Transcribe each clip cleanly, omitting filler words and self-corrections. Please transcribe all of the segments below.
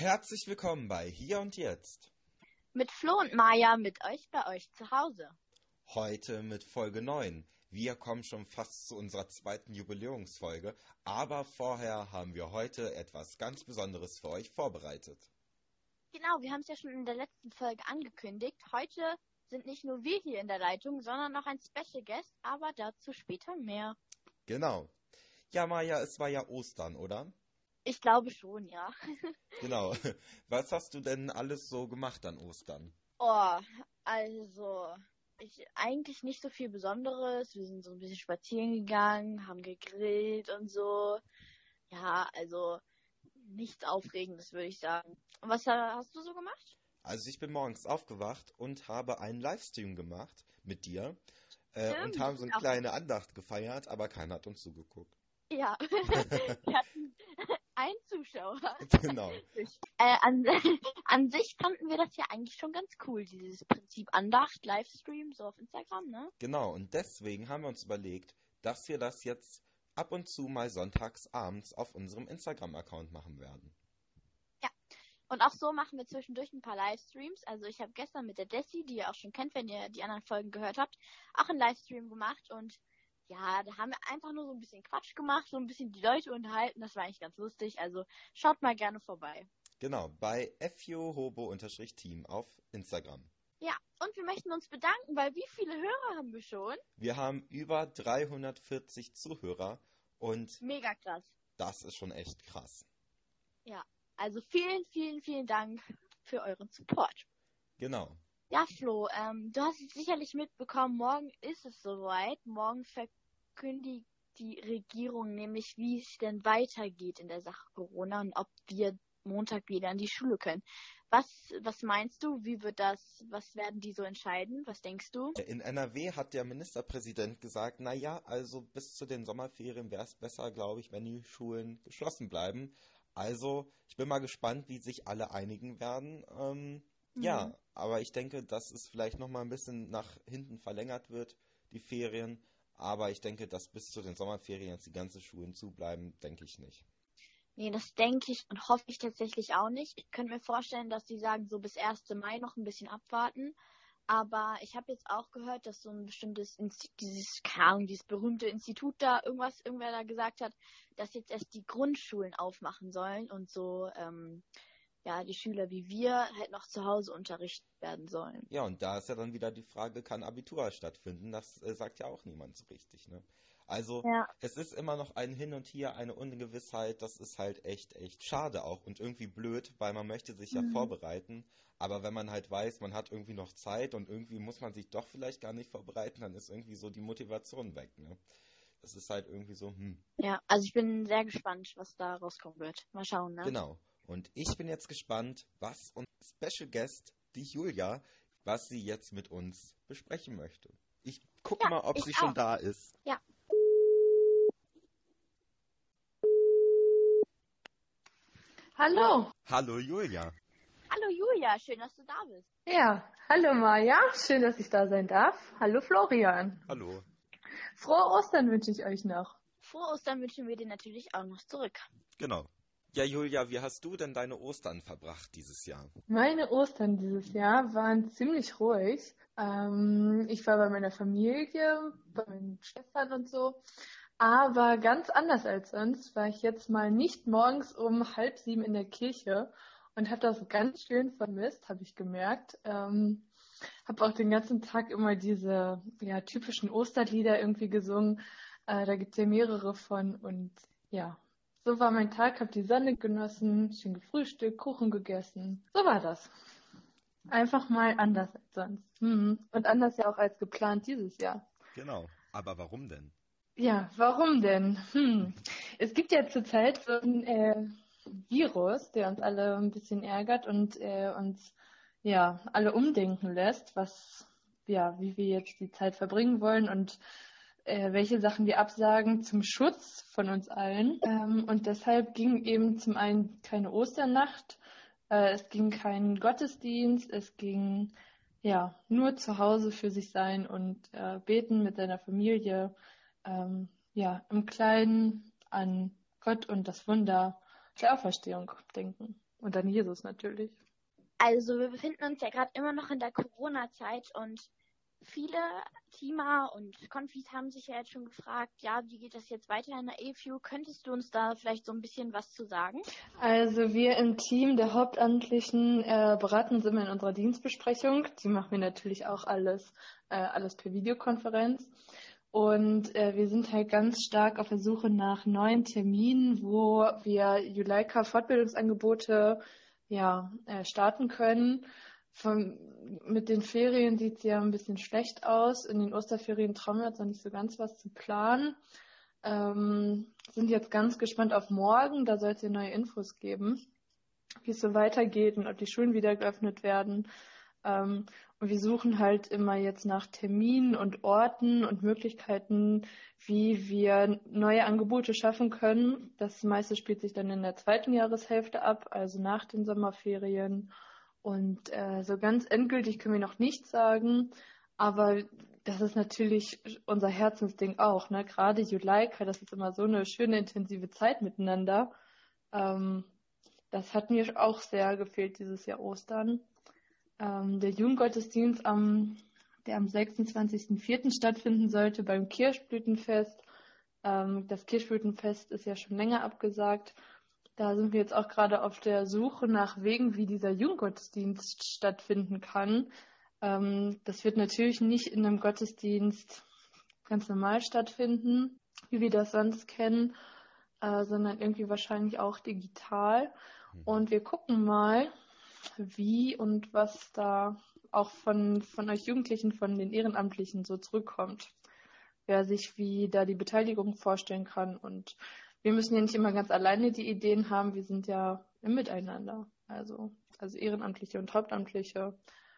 Herzlich willkommen bei Hier und Jetzt. Mit Flo und Maja mit euch bei euch zu Hause. Heute mit Folge 9. Wir kommen schon fast zu unserer zweiten Jubiläumsfolge, aber vorher haben wir heute etwas ganz Besonderes für euch vorbereitet. Genau, wir haben es ja schon in der letzten Folge angekündigt. Heute sind nicht nur wir hier in der Leitung, sondern noch ein Special Guest, aber dazu später mehr. Genau. Ja, Maja, es war ja Ostern, oder? Ich glaube schon, ja. Genau. Was hast du denn alles so gemacht an Ostern? Also, eigentlich nicht so viel Besonderes. Wir sind so ein bisschen spazieren gegangen, haben gegrillt und so. Ja, also nichts Aufregendes, würde ich sagen. Und was hast du so gemacht? Also ich bin morgens aufgewacht und habe einen Livestream gemacht mit dir und Stimmt. haben so eine kleine Andacht gefeiert, aber keiner hat uns zugeguckt. Ja, wir hatten einen Zuschauer. Genau. An sich fanden wir das ja eigentlich schon ganz cool, dieses Prinzip Andacht, Livestream, so auf Instagram, ne? Genau, und deswegen haben wir uns überlegt, dass wir das jetzt ab und zu mal sonntags abends auf unserem Instagram-Account machen werden. Ja. Und auch so machen wir zwischendurch ein paar Livestreams. Also ich habe gestern mit der Dessi, die ihr auch schon kennt, wenn ihr die anderen Folgen gehört habt, auch einen Livestream gemacht. Und ja, da haben wir einfach nur so ein bisschen Quatsch gemacht, so ein bisschen die Leute unterhalten. Das war eigentlich ganz lustig. Also schaut mal gerne vorbei. Genau, bei fuhobo_team auf Instagram. Ja, und wir möchten uns bedanken, weil wie viele Hörer haben wir schon? Wir haben über 340 Zuhörer und Mega krass. das ist schon echt krass. Ja, also vielen, vielen, vielen Dank für euren Support. Genau. Ja, Flo, du hast es sicherlich mitbekommen, morgen ist es soweit. Morgen verkündigt die Regierung nämlich, wie es denn weitergeht in der Sache Corona und ob wir Montag wieder in die Schule können. Was meinst du? Wie wird das, was werden die so entscheiden? Was denkst du? In NRW hat der Ministerpräsident gesagt, naja, also bis zu den Sommerferien wäre es besser, glaube ich, wenn die Schulen geschlossen bleiben. Also, ich bin mal gespannt, wie sich alle einigen werden. Ja, aber ich denke, dass es vielleicht noch mal ein bisschen nach hinten verlängert wird, die Ferien. Aber ich denke, dass bis zu den Sommerferien jetzt die ganzen Schulen zubleiben, denke ich nicht. Nee, das denke ich und hoffe ich tatsächlich auch nicht. Ich könnte mir vorstellen, dass die sagen, so bis 1. Mai noch ein bisschen abwarten. Aber ich habe jetzt auch gehört, dass so ein bestimmtes keine Ahnung, dieses berühmte Institut da, irgendwer da gesagt hat, dass jetzt erst die Grundschulen aufmachen sollen und so, die Schüler wie wir halt noch zu Hause unterrichtet werden sollen. Ja, und da ist ja dann wieder die Frage, kann Abitur stattfinden? Das sagt ja auch niemand so richtig, ne? Also, Ja. es ist immer noch ein Hin und Her, eine Ungewissheit. Das ist halt echt, echt schade auch und irgendwie blöd, weil man möchte sich ja vorbereiten. Aber wenn man halt weiß, man hat irgendwie noch Zeit und irgendwie muss man sich doch vielleicht gar nicht vorbereiten, dann ist irgendwie so die Motivation weg, ne? Das ist halt irgendwie so, Ja, also ich bin sehr gespannt, was da rauskommen wird. Mal schauen, ne? Genau. Und ich bin jetzt gespannt, was unser Special Guest, die Julia, was sie jetzt mit uns besprechen möchte. Ich gucke mal, ob sie schon da ist. Ja. Hallo. Hallo Julia. Hallo Julia, schön, dass du da bist. Ja, hallo Maja. Schön, dass ich da sein darf. Hallo Florian. Hallo. Frohe Ostern wünsche ich euch noch. Frohe Ostern wünschen wir dir natürlich auch noch zurück. Genau. Ja, Julia, wie hast du denn deine Ostern verbracht dieses Jahr? Meine Ostern dieses Jahr waren ziemlich ruhig. Ich war bei meiner Familie, bei meinen Schwestern und so. Aber ganz anders als sonst war ich jetzt mal nicht morgens um 6:30 in der Kirche und habe das ganz schön vermisst, habe ich gemerkt. Habe auch den ganzen Tag immer diese typischen Osterlieder irgendwie gesungen. Da gibt es ja mehrere von und ja, so war mein Tag, habe die Sonne genossen, schön gefrühstückt, Kuchen gegessen. So war das. Einfach mal anders als sonst. Und anders ja auch als geplant dieses Jahr. Genau. Aber warum denn? Ja, warum denn? Es gibt ja zurzeit so ein Virus, der uns alle ein bisschen ärgert und uns alle umdenken lässt, wie wir jetzt die Zeit verbringen wollen und welche Sachen wir absagen zum Schutz von uns allen. Und deshalb ging eben zum einen keine Osternacht, es ging kein Gottesdienst, es ging nur zu Hause für sich sein und beten mit seiner Familie, im Kleinen an Gott und das Wunder der Auferstehung denken. Und dann Jesus natürlich. Also wir befinden uns ja gerade immer noch in der Corona-Zeit und viele Teamer und Konfis haben sich ja jetzt schon gefragt, ja, wie geht das jetzt weiter in der EFU? Könntest du uns da vielleicht so ein bisschen was zu sagen? Also wir im Team der Hauptamtlichen beraten uns immer in unserer Dienstbesprechung. Die machen wir natürlich auch alles per Videokonferenz. Und wir sind halt ganz stark auf der Suche nach neuen Terminen, wo wir Juleika-Fortbildungsangebote starten können. Mit den Ferien sieht es ja ein bisschen schlecht aus. In den Osterferien trauen wir uns noch nicht so ganz was zu planen. Sind jetzt ganz gespannt auf morgen. Da soll es ja neue Infos geben, wie es so weitergeht und ob die Schulen wieder geöffnet werden. Und wir suchen halt immer jetzt nach Terminen und Orten und Möglichkeiten, wie wir neue Angebote schaffen können. Das meiste spielt sich dann in der zweiten Jahreshälfte ab, also nach den Sommerferien. Und so ganz endgültig können wir noch nichts sagen, aber das ist natürlich unser Herzensding auch, ne? Gerade Juleika, das ist immer so eine schöne, intensive Zeit miteinander. Das hat mir auch sehr gefehlt dieses Jahr Ostern. Der Jugendgottesdienst, der am 26.04. stattfinden sollte beim Kirschblütenfest. Das Kirschblütenfest ist ja schon länger abgesagt. Da sind wir jetzt auch gerade auf der Suche nach Wegen, wie dieser Jugendgottesdienst stattfinden kann. Das wird natürlich nicht in einem Gottesdienst ganz normal stattfinden, wie wir das sonst kennen, sondern irgendwie wahrscheinlich auch digital. Und wir gucken mal, wie und was da auch von euch Jugendlichen, von den Ehrenamtlichen so zurückkommt. Wer sich wie da die Beteiligung vorstellen kann. Und wir müssen ja nicht immer ganz alleine die Ideen haben, wir sind ja im Miteinander. Also Ehrenamtliche und Hauptamtliche.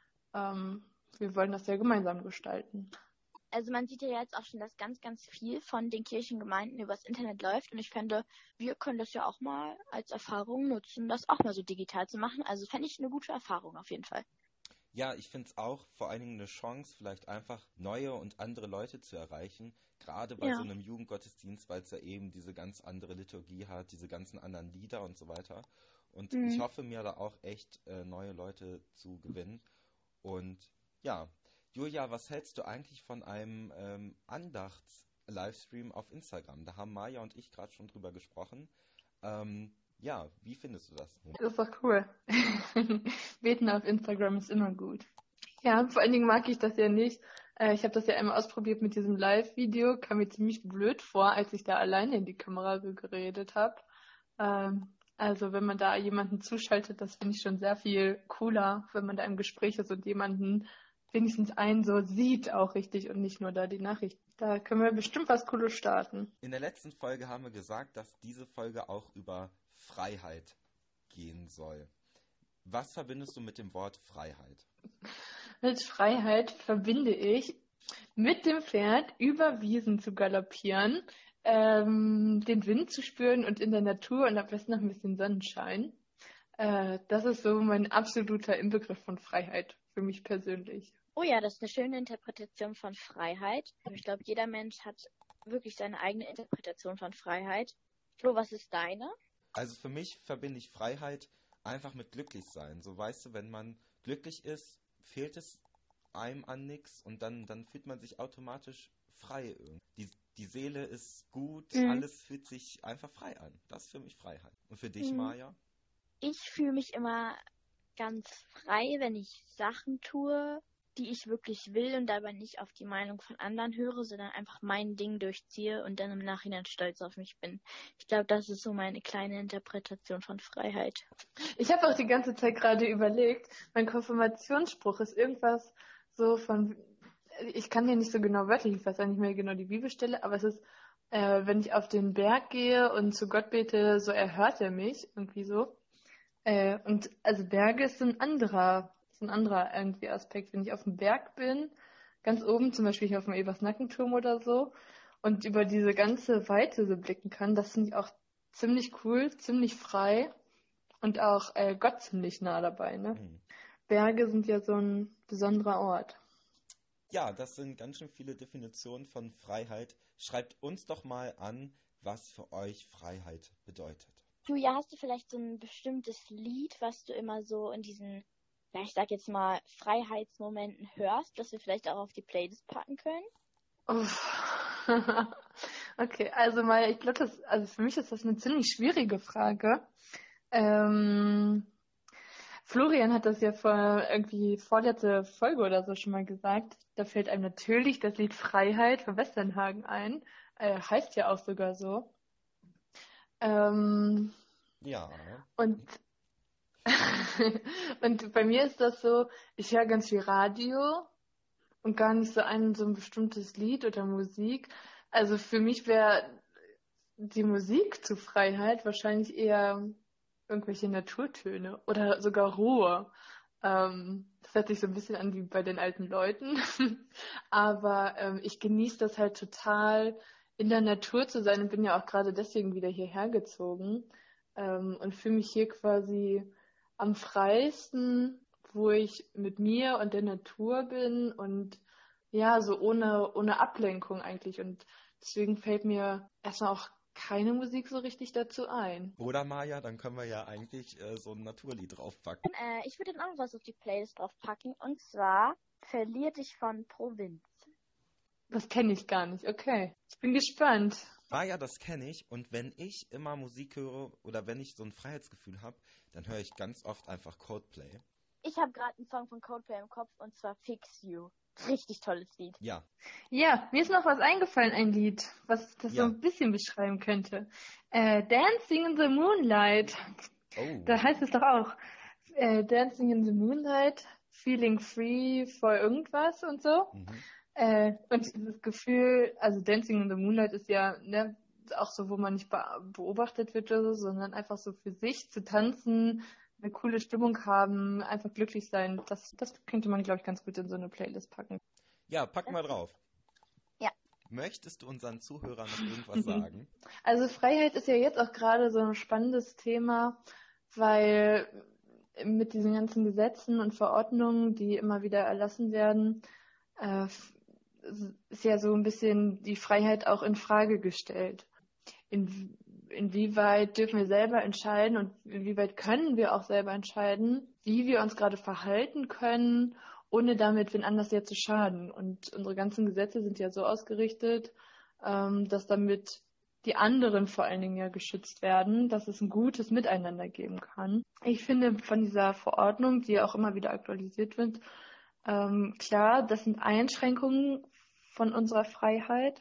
Wir wollen das ja gemeinsam gestalten. Also man sieht ja jetzt auch schon, dass ganz, ganz viel von den Kirchengemeinden übers Internet läuft. Und ich fände, wir können das ja auch mal als Erfahrung nutzen, das auch mal so digital zu machen. Also fände ich eine gute Erfahrung auf jeden Fall. Ja, ich finde es auch vor allen Dingen eine Chance, vielleicht einfach neue und andere Leute zu erreichen. Gerade bei so einem Jugendgottesdienst, weil es ja eben diese ganz andere Liturgie hat, diese ganzen anderen Lieder und so weiter. Und ich hoffe mir da auch echt neue Leute zu gewinnen. Und ja, Julia, was hältst du eigentlich von einem Andachts-Livestream auf Instagram? Da haben Maja und ich gerade schon drüber gesprochen. Ja, wie findest du das? Das ist doch cool. Beten auf Instagram ist immer gut. Ja, vor allen Dingen mag ich das ja nicht. Ich habe das ja einmal ausprobiert mit diesem Live-Video. Kam mir ziemlich blöd vor, als ich da alleine in die Kamera geredet habe. Also wenn man da jemanden zuschaltet, das finde ich schon sehr viel cooler, wenn man da im Gespräch ist und jemanden wenigstens einen so sieht auch richtig und nicht nur da die Nachricht. Da können wir bestimmt was Cooles starten. In der letzten Folge haben wir gesagt, dass diese Folge auch über Freiheit gehen soll. Was verbindest du mit dem Wort Freiheit? Mit Freiheit verbinde ich, mit dem Pferd über Wiesen zu galoppieren, den Wind zu spüren und in der Natur und am besten noch ein bisschen Sonnenschein. Das ist so mein absoluter Inbegriff von Freiheit für mich persönlich. Oh ja, das ist eine schöne Interpretation von Freiheit. Ich glaube, jeder Mensch hat wirklich seine eigene Interpretation von Freiheit. Flo, was ist deine? Also für mich verbinde ich Freiheit einfach mit glücklich sein. So weißt du, wenn man glücklich ist, fehlt es einem an nichts und dann fühlt man sich automatisch frei irgendwie. Die Seele ist gut, alles fühlt sich einfach frei an. Das ist für mich Freiheit. Und für dich, Maja? Ich fühle mich immer ganz frei, wenn ich Sachen tue, die ich wirklich will und dabei nicht auf die Meinung von anderen höre, sondern einfach mein Ding durchziehe und dann im Nachhinein stolz auf mich bin. Ich glaube, das ist so meine kleine Interpretation von Freiheit. Ich habe auch die ganze Zeit gerade überlegt, mein Konfirmationsspruch ist irgendwas so von, ich kann ja nicht so genau wörtlich, ich weiß auch nicht mehr genau die Bibelstelle, aber es ist, wenn ich auf den Berg gehe und zu Gott bete, so erhört er mich, irgendwie so. Und also Berge ist ein anderer irgendwie Aspekt. Wenn ich auf dem Berg bin, ganz oben, zum Beispiel hier auf dem Ebersnackenturm oder so, und über diese ganze Weite so blicken kann, das finde ich auch ziemlich cool, ziemlich frei und auch Gott ziemlich nah dabei, ne? Berge sind ja so ein besonderer Ort. Ja, das sind ganz schön viele Definitionen von Freiheit. Schreibt uns doch mal an, was für euch Freiheit bedeutet. Julia, hast du vielleicht so ein bestimmtes Lied, was du immer so in diesen, ja, ich sag jetzt mal, Freiheitsmomenten hörst, das wir vielleicht auch auf die Playlist packen können? Uff. Okay, also mal, ich glaube, also für mich ist das eine ziemlich schwierige Frage. Ähm, Florian hat das ja vor irgendwie vorletzte Folge oder so schon mal gesagt. Da fällt einem natürlich das Lied Freiheit von Westernhagen ein. Heißt ja auch sogar so. Ähm, Ja. und, und bei mir ist das so, ich höre ganz viel Radio und gar nicht so ein bestimmtes Lied oder Musik. Also für mich wäre die Musik zu Freiheit wahrscheinlich eher irgendwelche Naturtöne oder sogar Ruhe. Das hört sich so ein bisschen an wie bei den alten Leuten. Aber ich genieße das halt total, in der Natur zu sein und bin ja auch gerade deswegen wieder hierher gezogen. Und fühle mich hier quasi am freiesten, wo ich mit mir und der Natur bin und ja, so ohne Ablenkung eigentlich. Und deswegen fällt mir erstmal auch keine Musik so richtig dazu ein. Oder Maja, dann können wir ja eigentlich so ein Naturlied draufpacken. Ich würde dann auch noch was auf die Playlist drauf packen, und zwar Verlier dich von Provinz. Das kenne ich gar nicht. Okay. Ich bin gespannt. Maja, das kenne ich. Und wenn ich immer Musik höre oder wenn ich so ein Freiheitsgefühl habe, dann höre ich ganz oft einfach Coldplay. Ich habe gerade einen Song von Coldplay im Kopf, und zwar Fix You. Richtig tolles Lied. Ja. Ja, mir ist noch was eingefallen, ein Lied, was das so Ja. ein bisschen beschreiben könnte. Dancing in the Moonlight. Oh. Da heißt es doch auch. Dancing in the Moonlight, feeling free for irgendwas und so. Mhm. Und dieses Gefühl, also Dancing in the Moonlight ist ja ne, auch so, wo man nicht beobachtet wird oder so, sondern einfach so für sich zu tanzen, eine coole Stimmung haben, einfach glücklich sein. Das könnte man, glaube ich, ganz gut in so eine Playlist packen. Ja, pack mal drauf. Ja. Möchtest du unseren Zuhörern noch irgendwas sagen? Also Freiheit ist ja jetzt auch gerade so ein spannendes Thema, weil mit diesen ganzen Gesetzen und Verordnungen, die immer wieder erlassen werden, äh, ist ja so ein bisschen die Freiheit auch in Frage gestellt. Inwieweit dürfen wir selber entscheiden und inwieweit können wir auch selber entscheiden, wie wir uns gerade verhalten können, ohne damit wen anders ja zu schaden. Und unsere ganzen Gesetze sind ja so ausgerichtet, dass damit die anderen vor allen Dingen ja geschützt werden, dass es ein gutes Miteinander geben kann. Ich finde von dieser Verordnung, die ja auch immer wieder aktualisiert wird, klar, das sind Einschränkungen von unserer Freiheit,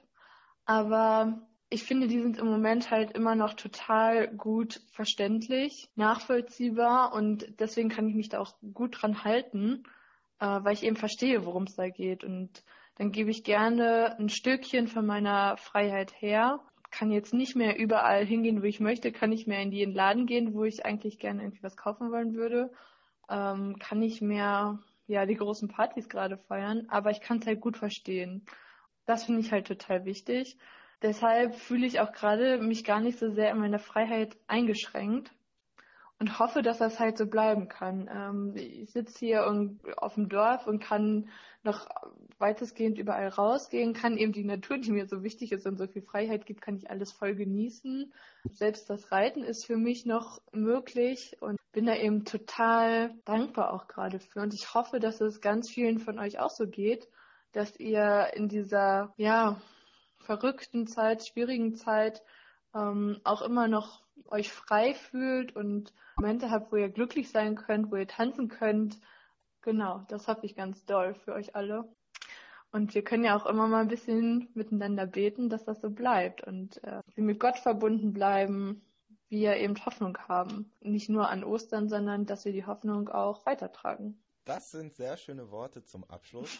aber ich finde, die sind im Moment halt immer noch total gut verständlich, nachvollziehbar und deswegen kann ich mich da auch gut dran halten, weil ich eben verstehe, worum es da geht. Und dann gebe ich gerne ein Stückchen von meiner Freiheit her. Kann jetzt nicht mehr überall hingehen, wo ich möchte, kann nicht mehr in jeden Laden gehen, wo ich eigentlich gerne irgendwie was kaufen wollen würde. Kann nicht mehr ja, die großen Partys gerade feiern, aber ich kann es halt gut verstehen. Das finde ich halt total wichtig. Deshalb fühle ich auch gerade mich gar nicht so sehr in meiner Freiheit eingeschränkt und hoffe, dass das halt so bleiben kann. Ich sitze hier auf dem Dorf und kann noch weitestgehend überall rausgehen, kann eben die Natur, die mir so wichtig ist und so viel Freiheit gibt, kann ich alles voll genießen. Selbst das Reiten ist für mich noch möglich und bin da eben total dankbar auch gerade für. Und ich hoffe, dass es ganz vielen von euch auch so geht, dass ihr in dieser, ja, verrückten Zeit, schwierigen Zeit auch immer noch euch frei fühlt und Momente habt, wo ihr glücklich sein könnt, wo ihr tanzen könnt. Genau, das hoffe ich ganz doll für euch alle. Und wir können ja auch immer mal ein bisschen miteinander beten, dass das so bleibt und wir mit Gott verbunden bleiben, wir eben Hoffnung haben. Nicht nur an Ostern, sondern dass wir die Hoffnung auch weitertragen. Das sind sehr schöne Worte zum Abschluss.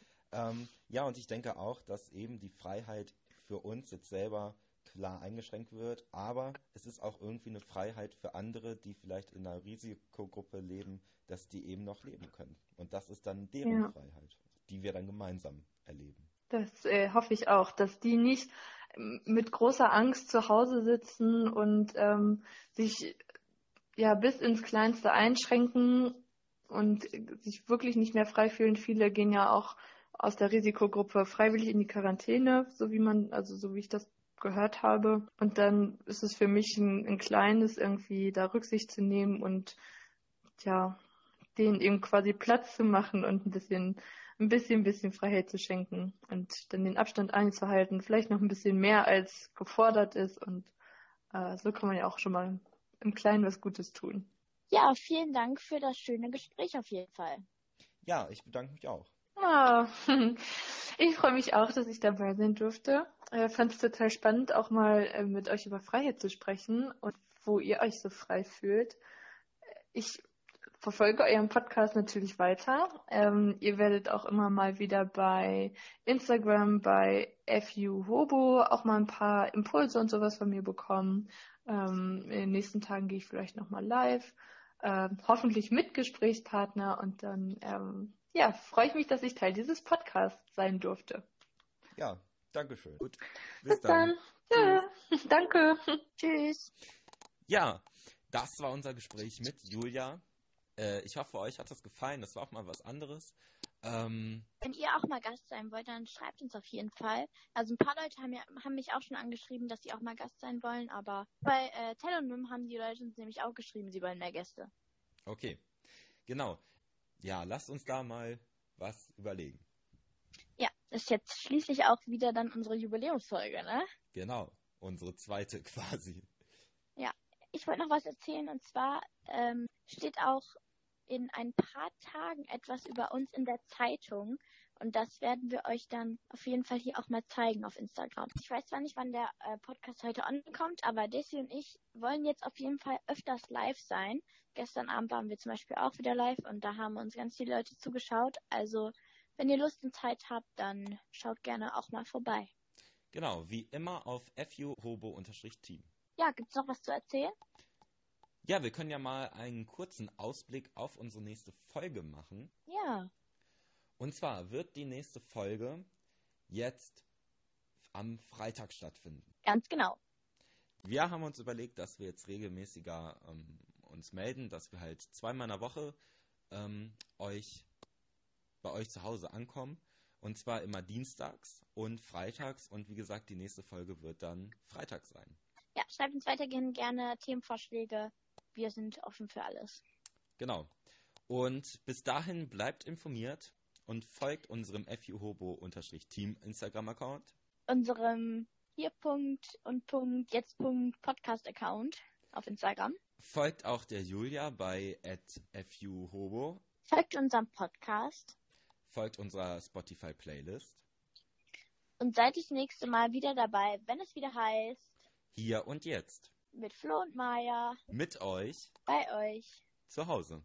Ja, und ich denke auch, dass eben die Freiheit für uns jetzt selber klar eingeschränkt wird, aber es ist auch irgendwie eine Freiheit für andere, die vielleicht in einer Risikogruppe leben, dass die eben noch leben können. Und das ist dann deren Ja. Freiheit, die wir dann gemeinsam erleben. Das hoffe ich auch, dass die nicht mit großer Angst zu Hause sitzen und sich ja bis ins Kleinste einschränken und sich wirklich nicht mehr frei fühlen. Viele gehen ja auch aus der Risikogruppe freiwillig in die Quarantäne, so wie ich das gehört habe. Und dann ist es für mich ein kleines, irgendwie da Rücksicht zu nehmen und ja, denen eben quasi Platz zu machen und ein bisschen Freiheit zu schenken und dann den Abstand einzuhalten, vielleicht noch ein bisschen mehr als gefordert ist und so kann man ja auch schon mal im Kleinen was Gutes tun. Ja, vielen Dank für das schöne Gespräch auf jeden Fall. Ja, ich bedanke mich auch. Ah, ich freue mich auch, dass ich dabei sein durfte. Fand es total spannend, auch mal mit euch über Freiheit zu sprechen und wo ihr euch so frei fühlt. Ich verfolge euren Podcast natürlich weiter. Ihr werdet auch immer mal wieder bei Instagram, bei FU Hobo auch mal ein paar Impulse und sowas von mir bekommen. In den nächsten Tagen gehe ich vielleicht nochmal live. Hoffentlich mit Gesprächspartner und dann ja, freue ich mich, dass ich Teil dieses Podcasts sein durfte. Ja, Dankeschön. Gut, Bis dann. Ja, danke. Tschüss. Ja, das war unser Gespräch mit Julia. Ich hoffe, euch hat das gefallen. Das war auch mal was anderes. Wenn ihr auch mal Gast sein wollt, dann schreibt uns auf jeden Fall. Also ein paar Leute haben mich auch schon angeschrieben, dass sie auch mal Gast sein wollen, aber bei Telonym haben die Leute uns nämlich auch geschrieben, sie wollen mehr Gäste. Okay, genau. Ja, lasst uns da mal was überlegen. Ja, ist jetzt schließlich auch wieder dann unsere Jubiläumsfolge, ne? Genau, unsere zweite quasi. Ja, ich wollte noch was erzählen und zwar steht auch in ein paar Tagen etwas über uns in der Zeitung und das werden wir euch dann auf jeden Fall hier auch mal zeigen auf Instagram. Ich weiß zwar nicht, wann der Podcast heute ankommt, aber Desi und ich wollen jetzt auf jeden Fall öfters live sein. Gestern Abend waren wir zum Beispiel auch wieder live und da haben uns ganz viele Leute zugeschaut. Also, wenn ihr Lust und Zeit habt, dann schaut gerne auch mal vorbei. Genau, wie immer auf fuhobo_team. Ja, gibt's noch was zu erzählen? Ja, wir können ja mal einen kurzen Ausblick auf unsere nächste Folge machen. Ja. Und zwar wird die nächste Folge jetzt am Freitag stattfinden. Ganz genau. Wir haben uns überlegt, dass wir jetzt regelmäßiger uns melden, dass wir halt zweimal in der Woche bei euch zu Hause ankommen. Und zwar immer dienstags und freitags. Und wie gesagt, die nächste Folge wird dann Freitag sein. Ja, schreibt uns weiterhin gerne Themenvorschläge. Wir sind offen für alles. Genau. Und bis dahin bleibt informiert und folgt unserem fuhobo_team Instagram-Account. Unserem Podcast-Account auf Instagram. Folgt auch der Julia bei @fuhobo. Folgt unserem Podcast. Folgt unserer Spotify-Playlist. Und seid das nächste Mal wieder dabei, wenn es wieder heißt Hier und jetzt. mit Flo und Maya Mit euch bei euch zu Hause.